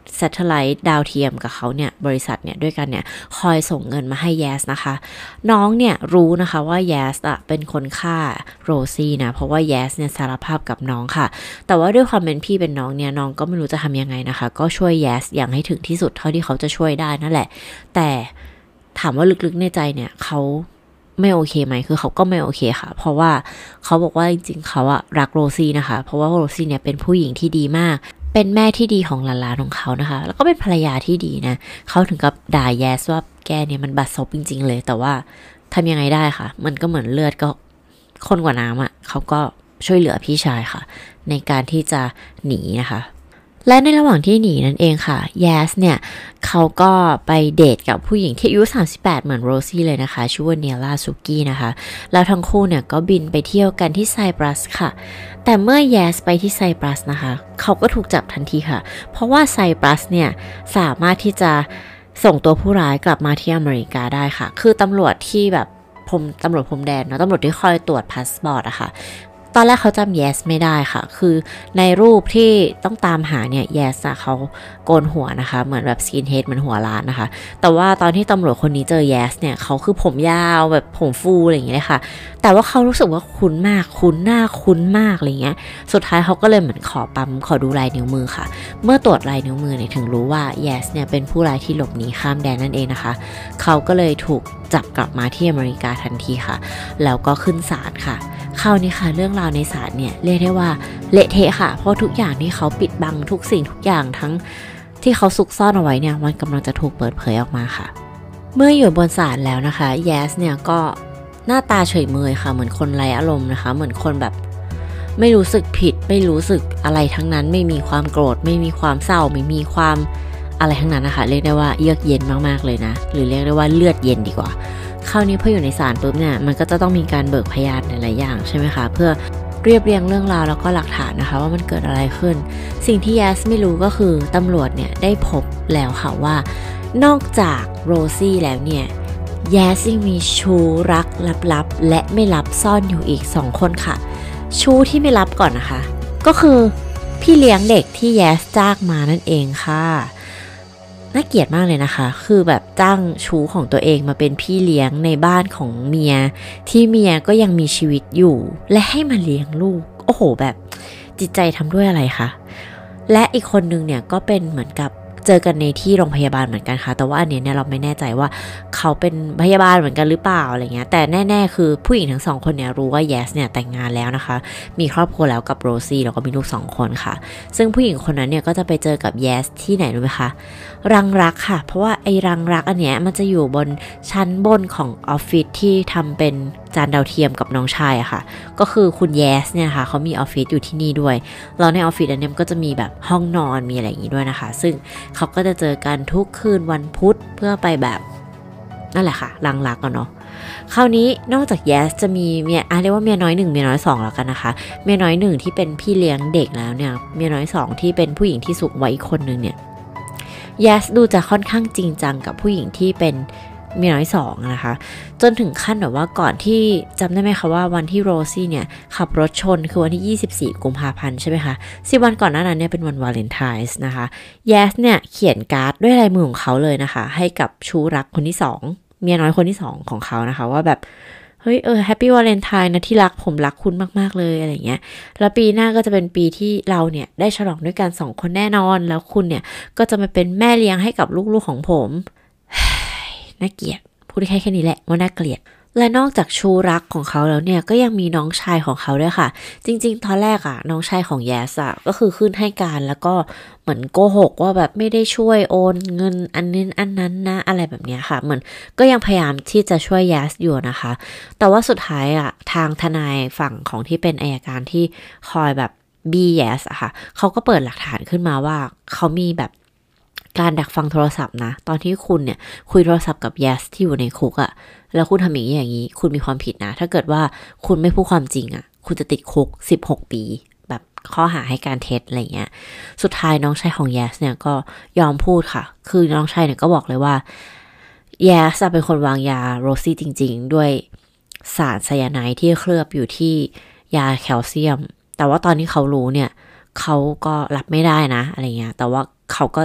satellite ดาวเทียมกับเขาเนี่ยบริษัทเนี่ยด้วยกันเนี่ยคอยส่งเงินมาให้แยสนะคะน้องเนี่ยรู้นะคะว่าแยสอ่ะเป็นคนฆ่าโรซี่นะเพราะว่าแยสเนี่ยสารภาพกับน้องค่ะแต่ว่าด้วยความเป็นพี่เป็นน้องเนี่ยน้องก็ไม่รู้จะทำยังไงนะคะก็ช่วยแยสอย่างให้ถึงที่สุดเท่าที่เขาจะช่วยได้นั่นแหละแต่ถามว่าลึกๆในใจเนี่ยเขาไม่โอเคไหมคือเขาก็ไม่โอเคค่ะเพราะว่าเขาบอกว่าจริงๆเขาอะรักโรซี่นะคะเพราะว่าโรซี่เนี่ยเป็นผู้หญิงที่ดีมากเป็นแม่ที่ดีของหลานๆของเขานะคะแล้วก็เป็นภรรยาที่ดีนะเขาถึงกับด่าแยสว่าแกเนี่ยมันบัดซบจริงๆเลยแต่ว่าทำยังไงได้ค่ะมันก็เหมือนเลือดก็ข้นกว่าน้ำอะเขาก็ช่วยเหลือพี่ชายค่ะในการที่จะหนีนะคะและในระหว่างที่หนีนั่นเองค่ะแยสเนี่ยเขาก็ไปเดทกับผู้หญิงที่อายุสามสิบแปดเหมือนโรซี่เลยนะคะชื่อว่าเนียล่าซุกี้นะคะแล้วทั้งคู่เนี่ยก็บินไปเที่ยวกันที่ไซปรัสค่ะแต่เมื่อแยสไปที่ไซปรัสนะคะเขาก็ถูกจับทันทีค่ะเพราะว่าไซปรัสเนี่ยสามารถที่จะส่งตัวผู้ร้ายกลับมาที่อเมริกาได้ค่ะคือตำรวจที่แบบพรมตำรวจพรมแดนเนาะตำรวจที่คอยตรวจพาสปอร์ตอะค่ะตอนแรกเขาจำ Yes ไม่ได้ค่ะคือในรูปที่ต้องตามหาเนี่ย Yes อะเขาโกนหัวนะคะเหมือนแบบสกินเฮดเหมือนหัวล้านนะคะแต่ว่าตอนที่ตำรวจคนนี้เจอ Yes เนี่ยเขาคือผมยาวแบบผมฟูอะไรอย่างเงี้ยค่ะแต่ว่าเขารู้สึกว่าคุ้นมากคุ้นหน้าคุ้นมากอะไรเงี้ยสุดท้ายเขาก็เลยเหมือนขอปั๊มขอดูลายนิ้วมือค่ะเมื่อตรวจลายนิ้วมือเนี่ยถึงรู้ว่า Yes เนี่ยเป็นผู้ร้ายที่หลบหนีข้ามแดนนั่นเองนะคะเขาก็เลยถูกจับกลับมาที่อเมริกาทันทีค่ะแล้วก็ขึ้นศาลค่ะคราวนี้ค่ะเรื่องราวในศาลเนี่ยเรียกได้ว่าเละเทะค่ะเพราะทุกอย่างที่เขาปิดบังทุกสิ่งทุกอย่างทั้งที่เขาซุกซ่อนเอาไว้เนี่ยมันกำลังจะถูกเปิดเผยออกมาค่ะเมื่ออยู่บนศาลแล้วนะคะแยสเนี่ยก็หน้าตาเฉยเมยค่ะเหมือนคนไร้อารมณ์นะคะเหมือนคนแบบไม่รู้สึกผิดไม่รู้สึกอะไรทั้งนั้นไม่มีความโกรธไม่มีความเศร้าไม่มีความอะไรทั้งนั้นนะคะเรียกได้ว่าเยือกเย็นมากๆเลยนะหรือเรียกได้ว่าเลือดเย็นดีกว่าคราวนี้พออยู่ในศาลปุ๊บเนี่ยมันก็จะต้องมีการเบิกพยานหลายๆอย่างใช่ไหมคะเพื่อเรียบเรียงเรื่องราวแล้วก็หลักฐานนะคะว่ามันเกิดอะไรขึ้นสิ่งที่แยสไม่รู้ก็คือตำรวจเนี่ยได้พบแล้วค่ะว่านอกจากโรซี่แล้วเนี่ยแยสยังมีชู้รักลับๆและไม่ลับซ่อนอยู่อีกสองคนค่ะชู้ที่ไม่ลับก่อนนะคะก็คือพี่เลี้ยงเด็กที่แยสจ้างมานั่นเองค่ะน่าเกลียดมากเลยนะคะคือแบบจ้างชู้ของตัวเองมาเป็นพี่เลี้ยงในบ้านของเมียที่เมียก็ยังมีชีวิตอยู่และให้มาเลี้ยงลูกโอ้โหแบบจิตใจทำด้วยอะไรคะและอีกคนนึงเนี่ยก็เป็นเหมือนกับเจอกันในที่โรงพยาบาลเหมือนกันค่ะแต่ว่าอันนี้เนี่ยเราไม่แน่ใจว่าเขาเป็นพยาบาลเหมือนกันหรือเปล่าอะไรเงี้ยแต่แน่ๆคือผู้หญิงทั้งสองคนเนี่ยรู้ว่าแยสเนี่ยแต่งงานแล้วนะคะมีครอบครัวแล้วกับโรซี่แล้วก็มีลูกสองคนค่ะซึ่งผู้หญิงคนนั้นเนี่ยก็จะไปเจอกับแยสที่ไหนรู้ไหมคะรังรักค่ะเพราะว่าไอ้รังรักอันเนี้ยมันจะอยู่บนชั้นบนของออฟฟิศที่ทำเป็นจานดาวเทียมกับน้องชายอะค่ะก็คือคุณแยสเนี่ยค่ะเขามีออฟฟิศอยู่ที่นี่ด้วยแล้วในออฟฟิศอันนี้ก็จะมีแบบห้องนอนมีอะไรอย่างงี้ด้วยนะคะซึ่งเขาก็จะเจอกันทุกคืนวันพุธเพื่อไปแบบนั่นแหละค่ะรังรักกันเนาะคราวนี้นอกจากแยสจะมีเมียอ่ะเรียกว่าเมียน้อยหนึ่งเมียน้อยสองแล้วกันนะคะเมียน้อยหนึ่งที่เป็นพี่เลี้ยงเด็กแล้วเนี่ยเมียน้อยสองที่เป็นผู้หญิงที่สูงวัยอีกคนนึงเนี่ยแยสดูจะค่อนข้างจริงจังกับผู้หญิงที่เป็นเมียน้อยสองนะคะจนถึงขั้นแบบว่าก่อนที่จำได้ไหมคะว่าวันที่โรซี่เนี่ยขับรถชนคือวันที่ยี่สิบสี่กุมภาพันธ์ใช่ไหมคะสิบวันก่อนหน้านั้นเนี่ยเป็นวันวาเลนไทน์นะคะแยสเนี่ยเขียนการ์ดด้วยลายมือของเขาเลยนะคะให้กับชู้รักคนที่สองเมียน้อยคนที่สองของเขานะคะว่าแบบเฮ้ยเออแฮปปี้วาเลนไทน์นะที่รักผมรักคุณมากๆเลยอะไรเงี้ยแล้วปีหน้าก็จะเป็นปีที่เราเนี่ยได้ฉลองด้วยกันสองคนแน่นอนแล้วคุณเนี่ยก็จะมาเป็นแม่เลี้ยงให้กับลูกๆของผมน่าเกลียดพูดได้แค่แค่นี้แหละว่าน่าเกลียดและนอกจากชูรักของเขาแล้วเนี่ยก็ยังมีน้องชายของเขาด้วยค่ะจริงๆตอนแรกอะน้องชายของแยสอะก็คือขึ้นให้การแล้วก็เหมือนโกหกว่าแบบไม่ได้ช่วยโอนเงินอันนี้อันนั้นนะอะไรแบบนี้ค่ะเหมือนก็ยังพยายามที่จะช่วยแยสอยู่นะคะแต่ว่าสุดท้ายอะทางทนายฝั่งของที่เป็นอัยการที่คอยแบบบีแยสอะค่ะเขาก็เปิดหลักฐานขึ้นมาว่าเขามีแบบการดักฟังโทรศัพท์นะตอนที่คุณเนี่ยคุยโทรศัพท์กับแยสที่อยู่ในคุกอะแล้วคุณทำอย่างนี้อย่างนี้คุณมีความผิดนะถ้าเกิดว่าคุณไม่พูดความจริงอะคุณจะติดคุกสิบหกปีแบบข้อหาให้การเท็จอะไรเงี้ยสุดท้ายน้องชายของแยสเนี่ยก็ยอมพูดค่ะคือน้องชายเนี่ยก็บอกเลยว่าแยสเป็นคนวางยาโรซี่จริงๆด้วยสารไซยาไนด์ที่เคลือบอยู่ที่ยาแคลเซียมแต่ว่าตอนที่เขารู้เนี่ยเขาก็รับไม่ได้นะอะไรเงี้ยแต่ว่าเขาก็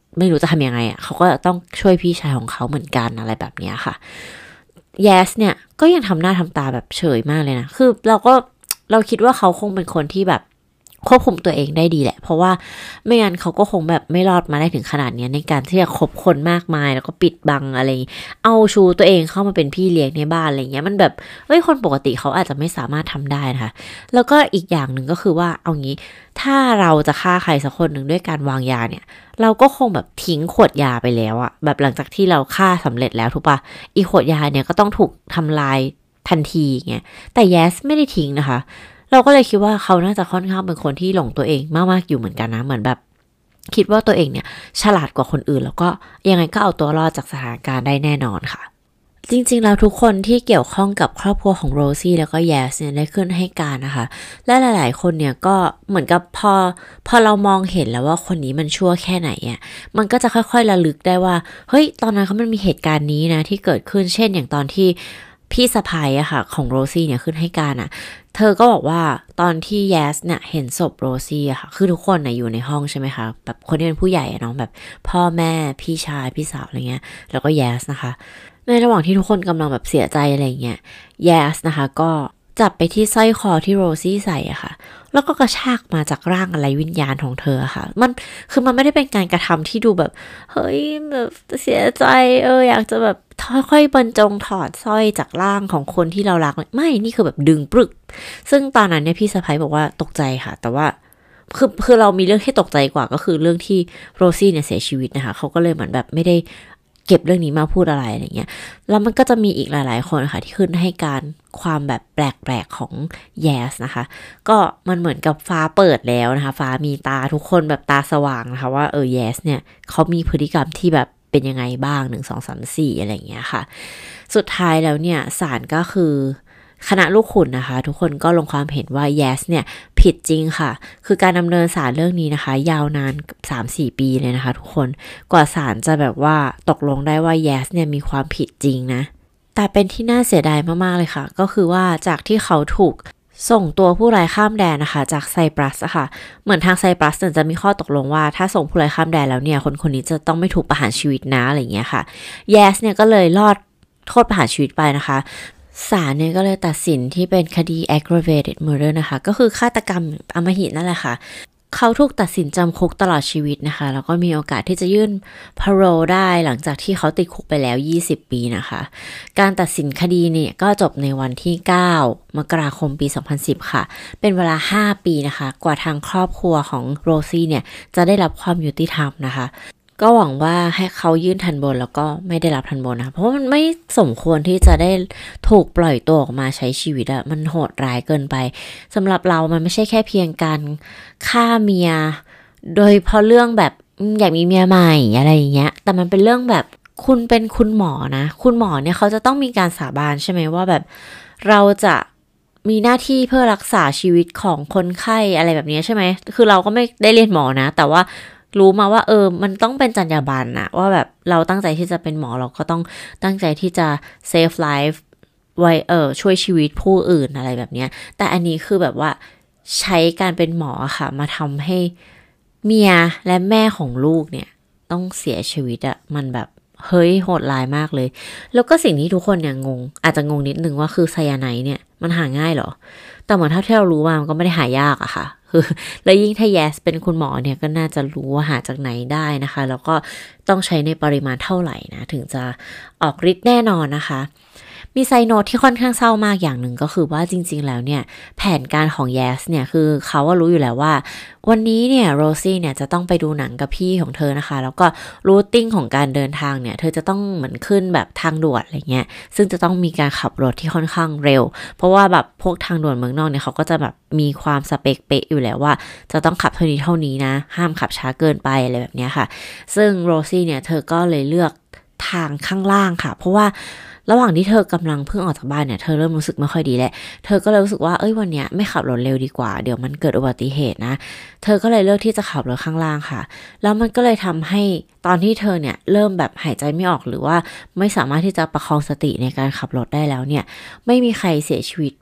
ไม่รู้จะทำยังไงอ่ะเขาก็ต้องช่วยพี่ชายของเขาเหมือนกันอะไรแบบนี้ค่ะแยสเนี่ยก็ยังทำหน้าทำตาแบบเฉยมากเลยนะคือเราก็เราคิดว่าเขาคงเป็นคนที่แบบควบคุมตัวเองได้ดีแหละเพราะว่าไม่งั้นเขาก็คงแบบไม่รอดมาได้ถึงขนาดนี้ในการที่จะคบคนมากมายแล้วก็ปิดบังอะไรเอาชูตัวเองเข้ามาเป็นพี่เลี้ยงในบ้านอะไรเงี้ยมันแบบเอ้ยคนปกติเขาอาจจะไม่สามารถทำได้นะคะแล้วก็อีกอย่างหนึ่งก็คือว่าเอางี้ถ้าเราจะฆ่าใครสักคนหนึ่งด้วยการวางยาเนี่ยเราก็คงแบบทิ้งขวดยาไปแล้วอะแบบหลังจากที่เราฆ่าสำเร็จแล้วถูกปะอีขวดยาเนี่ยก็ต้องถูกทำลายทันทีเงี้ยแต่แยสไม่ได้ทิ้งนะคะเราก็เลยคิดว่าเขาน่าจะค่อนข้างเป็นคนที่หลงตัวเองมากๆอยู่เหมือนกันนะเหมือนแบบคิดว่าตัวเองเนี่ยฉลาดกว่าคนอื่นแล้วก็ยังไงก็เอาตัวรอดจากสถานการณ์ได้แน่นอนค่ะจริงๆแล้วทุกคนที่เกี่ยวข้องกับครอบครัวของโรซี่แล้วก็แยสเนี่ยได้ขึ้นให้การนะคะและหลายๆคนเนี่ยก็เหมือนกับพอพอเรามองเห็นแล้วว่าคนนี้มันชั่วแค่ไหนอ่ะมันก็จะค่อยๆระลึกได้ว่าเฮ้ยตอนนั้นเขามันมีเหตุการณ์นี้นะที่เกิดขึ้นเช่นอย่างตอนที่พี่สะพ้ายอะค่ะของโรซี่เนี่ยขึ้นให้การอะเธอก็บอกว่าตอนที่แยสเนี่ยเห็นศพโรซี่อะค่ะคือทุกคนนะอยู่ในห้องใช่ไหมคะแบบคนที่เป็นผู้ใหญ่อะเนาะแบบพ่อแม่พี่ชายพี่สาวอะไรเงี้ยแล้วก็แยสนะคะในระหว่างที่ทุกคนกำลังแบบเสียใจอะไรเงี้ยแยสนะคะก็จับไปที่สร้อยคอที่โรซี่ใส่อะค่ะแล้วก็กระชากมาจากร่างอะไรวิญญาณของเธอค่ะมันคือมันไม่ได้เป็นการกระทำที่ดูแบบเฮ้ยแบบเสียใจเอออยากจะแบบค่อยๆบรรจงถอดสร้อยจากร่างของคนที่เรารักไม่นี่คือแบบดึงปรึกซึ่งตอนนั้นเนี่ยพี่สะใภ้บอกว่าตกใจค่ะแต่ว่าคือคือเรามีเรื่องที่ตกใจกว่าก็คือเรื่องที่โรซี่เนี่ยเสียชีวิตนะคะเขาก็เลยเหมือนแบบไม่ได้เก็บเรื่องนี้มาพูดอะไรอะไรเงี้ยแล้วมันก็จะมีอีกหลายๆคนค่ะที่ขึ้นให้การความแบบแปลกๆของแยสนะคะก็มันเหมือนกับฟ้าเปิดแล้วนะคะฟ้ามีตาทุกคนแบบตาสว่างนะคะว่าเออแยสเนี่ยเขามีพฤติกรรมที่แบบเป็นยังไงบ้างหนึ่งสองสามสี่อะไรอย่างเงี้ยค่ะสุดท้ายแล้วเนี่ยศาลก็คือคณะลูกขุนนะคะทุกคนก็ลงความเห็นว่าแยสเนี่ยผิดจริงค่ะคือการดำเนินศาลเรื่องนี้นะคะยาวนาน สามถึงสี่ ปีเลยนะคะทุกคนกว่าศาลจะแบบว่าตกลงได้ว่าแยสเนี่ยมีความผิดจริงนะแต่เป็นที่น่าเสียดายมากๆเลยค่ะก็คือว่าจากที่เขาถูกส่งตัวผู้ร้ายข้ามแดนนะคะจากไซปรัสอะค่ะเหมือนทางไซปรัสจะมีข้อตกลงว่าถ้าส่งผู้ร้ายข้ามแดนแล้วเนี่ยคนคนนี้จะต้องไม่ถูกประหารชีวิตนะอะไรอย่างเงี้ยค่ะแยสเนี่ยก็เลยรอดโทษประหารชีวิตไปนะคะศาลเนี่ยก็เลยตัดสินที่เป็นคดี aggravated murder นะคะก็คือฆาตกรรมอำมหิตนั่นแหละค่ะเขาถูกตัดสินจำคุกตลอดชีวิตนะคะแล้วก็มีโอกาสที่จะยื่น parole ได้หลังจากที่เขาติดคุกไปแล้วยี่สิบปีนะคะการตัดสินคดีเนี่ยก็จบในวันที่เก้ามกราคมปีสองพันสิบค่ะเป็นเวลาห้าปีนะคะกว่าทางครอบครัวของโรซี่เนี่ยจะได้รับความยุติธรรมนะคะก็หวังว่าให้เขายื่นทันบนแล้วก็ไม่ได้รับทันบนนะคะเพราะว่ามันไม่สมควรที่จะได้ถูกปล่อยตัวออกมาใช้ชีวิตอะมันโหดร้ายเกินไปสำหรับเรามันไม่ใช่แค่เพียงการฆ่าเมียโดยเพราะเรื่องแบบอยากมีเมียใหม่อะไรอย่างเงี้ยแต่มันเป็นเรื่องแบบคุณเป็นคุณหมอนะคุณหมอเนี่ยเขาจะต้องมีการสาบานใช่ไหมว่าแบบเราจะมีหน้าที่เพื่อรักษาชีวิตของคนไข้อะไรแบบนี้ใช่ไหมคือเราก็ไม่ได้เรียนหมอนะแต่ว่ารู้มาว่าเออมันต้องเป็นจรรยาบรรณนะว่าแบบเราตั้งใจที่จะเป็นหมอเราก็ต้องตั้งใจที่จะ save life ไว้เออช่วยชีวิตผู้อื่นอะไรแบบนี้แต่อันนี้คือแบบว่าใช้การเป็นหมอค่ะมาทำให้เมียและแม่ของลูกเนี่ยต้องเสียชีวิตอะมันแบบเฮ้ยโหดร้ายมากเลยแล้วก็สิ่งที่ทุกคนเนี่ยงงอาจจะงงนิดนึงว่าคือไซยาไนด์เนี่ยมันหาง่ายเหรอแต่เหมือนเท่าที่เรารู้มามันก็ไม่ได้หายากอะค่ะคือแล้วยิ่งถ้าแยสเป็นคุณหมอเนี่ยก็น่าจะรู้ว่าหาจากไหนได้นะคะแล้วก็ต้องใช้ในปริมาณเท่าไหร่นะถึงจะออกฤทธิ์แน่นอนนะคะมีไซโนตที่ค่อนข้างเศร้ามากอย่างหนึ่งก็คือว่าจริงๆแล้วเนี่ยแผนการของแยสเนี่ยคือเขาว่ารู้อยู่แล้วว่าวันนี้เนี่ยโรซี่เนี่ยจะต้องไปดูหนังกับพี่ของเธอนะคะแล้วก็รูทติ้งของการเดินทางเนี่ยเธอจะต้องเหมือนขึ้นแบบทางด่วนอะไรเงี้ยซึ่งจะต้องมีการขับรถที่ค่อนข้างเร็วเพราะว่าแบบพวกทางด่วนเมืองนอกเนี่ยเขาก็จะแบบมีความสเปคเป๊ะอยู่แล้วว่าจะต้องขับเท่านี้เท่านี้นะห้ามขับช้าเกินไปอะไรแบบเนี้ยค่ะซึ่งโรซี่เนี่ยเธอก็เลยเลือกทางข้างล่างค่ะเพราะว่าระหว่างที่เธอกำลังเพิ่งออกจากบ้านเนี่ยเธอเริ่มรู้สึกไม่ค่อยดีแล้วเธอก็เลยรู้สึกว่าเอ้ยวันเนี้ยไม่ขับรถเร็วดีกว่าเดี๋ยวมันเกิดอุบัติเหตุนะเธอก็เลยเลือกที่จะขับรถข้างล่างค่ะแล้วมันก็เลยทำให้ตอนที่เธอเนี่ยเริ่มแบบหายใจไม่ออกหรือว่าไม่สามารถที่จะประคองสติในการขับรถได้แล้วเนี่ยไม่มีใครเสียชีวิต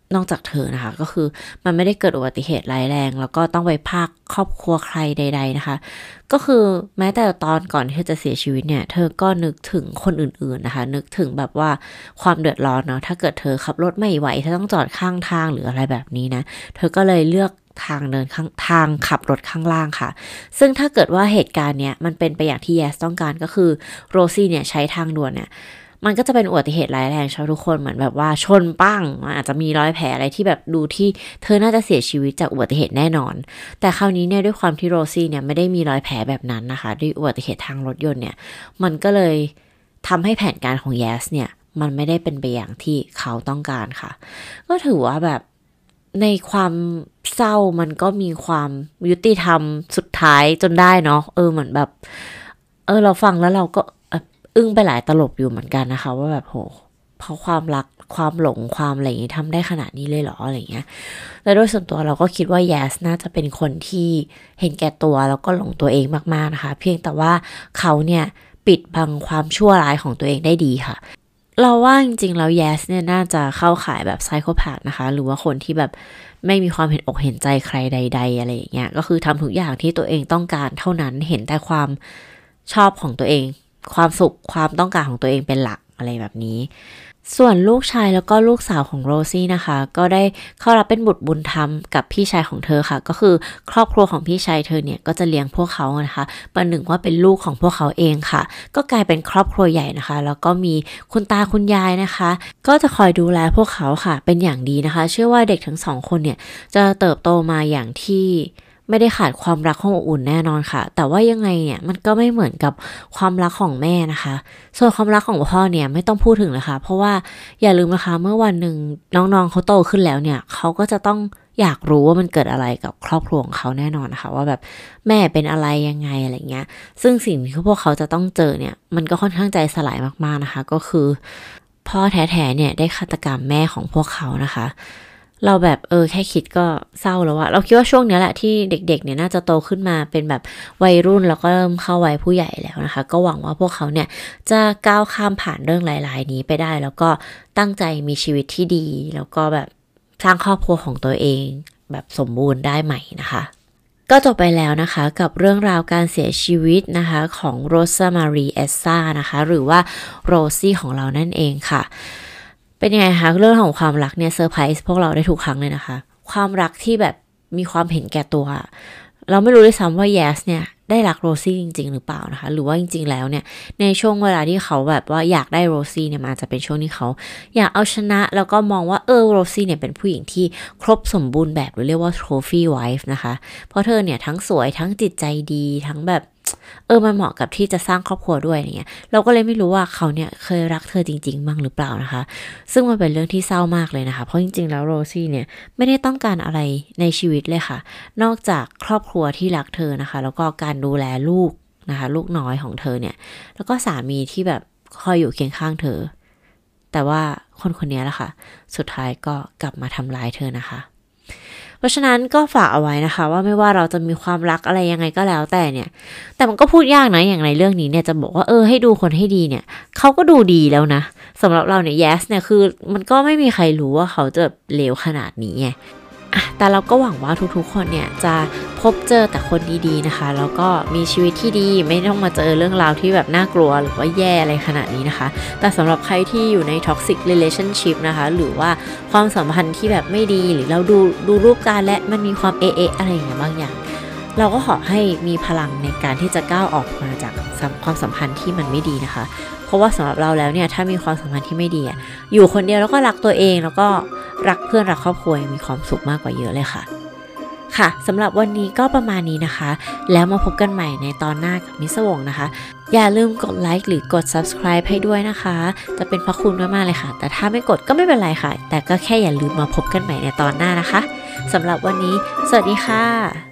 นอกจากเธอนะคะก็คือมันไม่ได้เกิดอุบัติเหตุร้ายแรงแล้วก็ต้องไปพากครอบครัวใครใดๆนะคะก็คือแม้แต่ตอนก่อนที่เธอจะเสียชีวิตเนี่ยเธอก็นึกถึงคนอื่นๆนะคะนึกถึงแบบว่าความเดือดร้อนเนาะถ้าเกิดเธอขับรถไม่ไหวเธอต้องจอดข้างทางหรืออะไรแบบนี้นะเธอก็เลยเลือกทางเดินข้างทางขับรถข้างล่างค่ะซึ่งถ้าเกิดว่าเหตุการณ์เนี้ยมันเป็นไปอย่างที่แยสต้องการก็คือโรซี่เนี่ยใช้ทางด่วนเนี่ยมันก็จะเป็นอุบัติเหตุร้ายแรงชาวทุกคนเหมือนแบบว่าชนปั้งอาจจะมีรอยแผลอะไรที่แบบดูที่เธอน่าจะเสียชีวิตจากอุบัติเหตุแน่นอนแต่คราวนี้เนี่ยด้วยความที่โรซี่เนี่ยไม่ได้มีรอยแผลแบบนั้นนะคะด้วยอุบัติเหตุทางรถยนต์เนี่ยมันก็เลยทำให้แผนการของแยสเนี่ยมันไม่ได้เป็นไปอย่างที่เขาต้องการค่ะก็ถือว่าแบบในความเศร้ามันก็มีความยุติธรรมสุดท้ายจนได้เนาะเออเหมือนแบบเออเราฟังแล้วเราก็อึ้งไปหลายตลบอยู่เหมือนกันนะคะว่าแบบโหเพราะความรักความหลงความอะไรอย่างนี้ทำได้ขนาดนี้เลยเหรออะไรเงี้ยแล้วโดยส่วนตัวเราก็คิดว่าแยสน่าจะเป็นคนที่เห็นแก่ตัวแล้วก็หลงตัวเองมากๆนะคะเพียงแต่ว่าเขาเนี่ยปิดบังความชั่วร้ายของตัวเองได้ดีค่ะเราว่าจริงๆแล้วแยสเนี่ยน่าจะเข้าข่ายแบบไซโคแพธนะคะหรือว่าคนที่แบบไม่มีความเห็นอกเห็นใจใครใดๆอะไรอย่างเงี้ยก็คือทำทุกอย่างที่ตัวเองต้องการเท่านั้นเห็นแต่ความชอบของตัวเองความสุขความต้องการของตัวเองเป็นหลักอะไรแบบนี้ส่วนลูกชายแล้วก็ลูกสาวของโรซี่นะคะก็ได้เข้ารับเป็นบุตรบุญธรรมกับพี่ชายของเธอค่ะก็คือครอบครัวของพี่ชายเธอเนี่ยก็จะเลี้ยงพวกเขานะคะประหนึ่งว่าเป็นลูกของพวกเขาเองค่ะก็กลายเป็นครอบครัวใหญ่นะคะแล้วก็มีคุณตาคุณยายนะคะก็จะคอยดูแลพวกเขาค่ะเป็นอย่างดีนะคะเชื่อว่าเด็กทั้งสองคนเนี่ยจะเติบโตมาอย่างที่ไม่ได้ขาดความรักของอบอุ่นแน่นอนค่ะแต่ว่ายังไงเนี่ยมันก็ไม่เหมือนกับความรักของแม่นะคะส่วนความรักของพ่อเนี่ยไม่ต้องพูดถึงเลยค่ะเพราะว่าอย่าลืมนะคะเมื่อวันหนึ่งน้องๆเขาโตขึ้นแล้วเนี่ยเขาก็จะต้องอยากรู้ว่ามันเกิดอะไรกับครอบครัวของเขาแน่นอนนะคะว่าแบบแม่เป็นอะไรยังไงอะไรเงี้ยซึ่งสิ่งที่พวกเขาจะต้องเจอเนี่ยมันก็ค่อนข้างใจสลายมากๆนะคะก็คือพ่อแท้ๆเนี่ยได้ฆาตกรรมแม่ของพวกเขานะคะเราแบบเออแค่คิดก็เศร้าแล้วอะเราคิดว่าช่วงนี้แหละที่เด็กๆเนี่ยน่าจะโตขึ้นมาเป็นแบบวัยรุ่นแล้วก็เริ่มเข้าวัยผู้ใหญ่แล้วนะคะก็หวังว่าพวกเขาเนี่ยจะก้าวข้ามผ่านเรื่องหลายๆนี้ไปได้แล้วก็ตั้งใจมีชีวิตที่ดีแล้วก็แบบสร้างครอบครัวของตัวเองแบบสมบูรณ์ได้ใหม่นะคะก็จบไปแล้วนะคะกับเรื่องราวการเสียชีวิตนะคะของโรซามารีเอสซานะคะหรือว่าโรซี่ของเรานั่นเองค่ะเป็นยังไงคะเรื่องของความรักเนี่ยเซอร์ไพรส์พวกเราได้ทุกครั้งเลยนะคะความรักที่แบบมีความเห็นแก่ตัวเราไม่รู้ด้วยซ้ำว่าแยสเนี่ยได้รักโรซี่จริงๆหรือเปล่านะคะหรือว่าจริงๆแล้วเนี่ยในช่วงเวลาที่เขาแบบว่าอยากได้โรซี่เนี่ยมันอาจจะเป็นช่วงที่เขาอยากเอาชนะแล้วก็มองว่าเออโรซี่เนี่ยเป็นผู้หญิงที่ครบสมบูรณ์แบบหรือเรียกว่า trophy wife นะคะเพราะเธอเนี่ยทั้งสวยทั้งจิตใจดีทั้งแบบเออมันเหมาะกับที่จะสร้างครอบครัวด้วยอย่างเงี้ยเราก็เลยไม่รู้ว่าเขาเนี่ยเคยรักเธอจริงๆบ้างหรือเปล่านะคะซึ่งมันเป็นเรื่องที่เศร้ามากเลยนะคะเพราะจริงๆแล้วโรซี่เนี่ยไม่ได้ต้องการอะไรในชีวิตเลยค่ะนอกจากครอบครัวที่รักเธอนะคะแล้วก็การดูแลลูกนะคะลูกน้อยของเธอเนี่ยแล้วก็สามีที่แบบคอยอยู่เคียงข้างเธอแต่ว่าคนคนนี้แหละค่ะสุดท้ายก็กลับมาทำร้ายเธอนะคะเพราะฉะนั้นก็ฝากเอาไว้นะคะว่าไม่ว่าเราจะมีความรักอะไรยังไงก็แล้วแต่เนี่ยแต่มันก็พูดยากนะอย่างในเรื่องนี้เนี่ยจะบอกว่าเออให้ดูคนให้ดีเนี่ยเขาก็ดูดีแล้วนะสำหรับเราเนี่ย yes เนี่ยคือมันก็ไม่มีใครรู้ว่าเขาจะเลวขนาดนี้ไงแต่เราก็หวังว่าทุกๆคนเนี่ยจะพบเจอแต่คนดีๆนะคะแล้วก็มีชีวิตที่ดีไม่ต้องมาเจอเรื่องราวที่แบบน่ากลัวหรือว่าแย่อะไรขนาดนี้นะคะแต่สำหรับใครที่อยู่ใน toxic relationship นะคะหรือว่าความสัมพันธ์ที่แบบไม่ดีหรือเราดูดูรูปการและมันมีความเอะเอะอะไรอย่างเงี้ยบางอย่างเราก็ขอให้มีพลังในการที่จะก้าวออกมาจากความสัมพันธ์ที่มันไม่ดีนะคะเพราะว่าสำหรับเราแล้วเนี่ยถ้ามีความสัมพันธ์ที่ไม่ดีอะอยู่คนเดียวแล้วก็รักตัวเองแล้วก็รักเพื่อนรักครอบครัวมีความสุขมากกว่าเยอะเลยค่ะค่ะสำหรับวันนี้ก็ประมาณนี้นะคะแล้วมาพบกันใหม่ในตอนหน้ากับมิสวงนะคะอย่าลืมกดไลค์หรือกด subscribe ให้ด้วยนะคะจะเป็นพระคุณมากๆเลยค่ะแต่ถ้าไม่กดก็ไม่เป็นไรค่ะแต่ก็แค่อย่าลืมมาพบกันใหม่ในตอนหน้านะคะสำหรับวันนี้สวัสดีค่ะ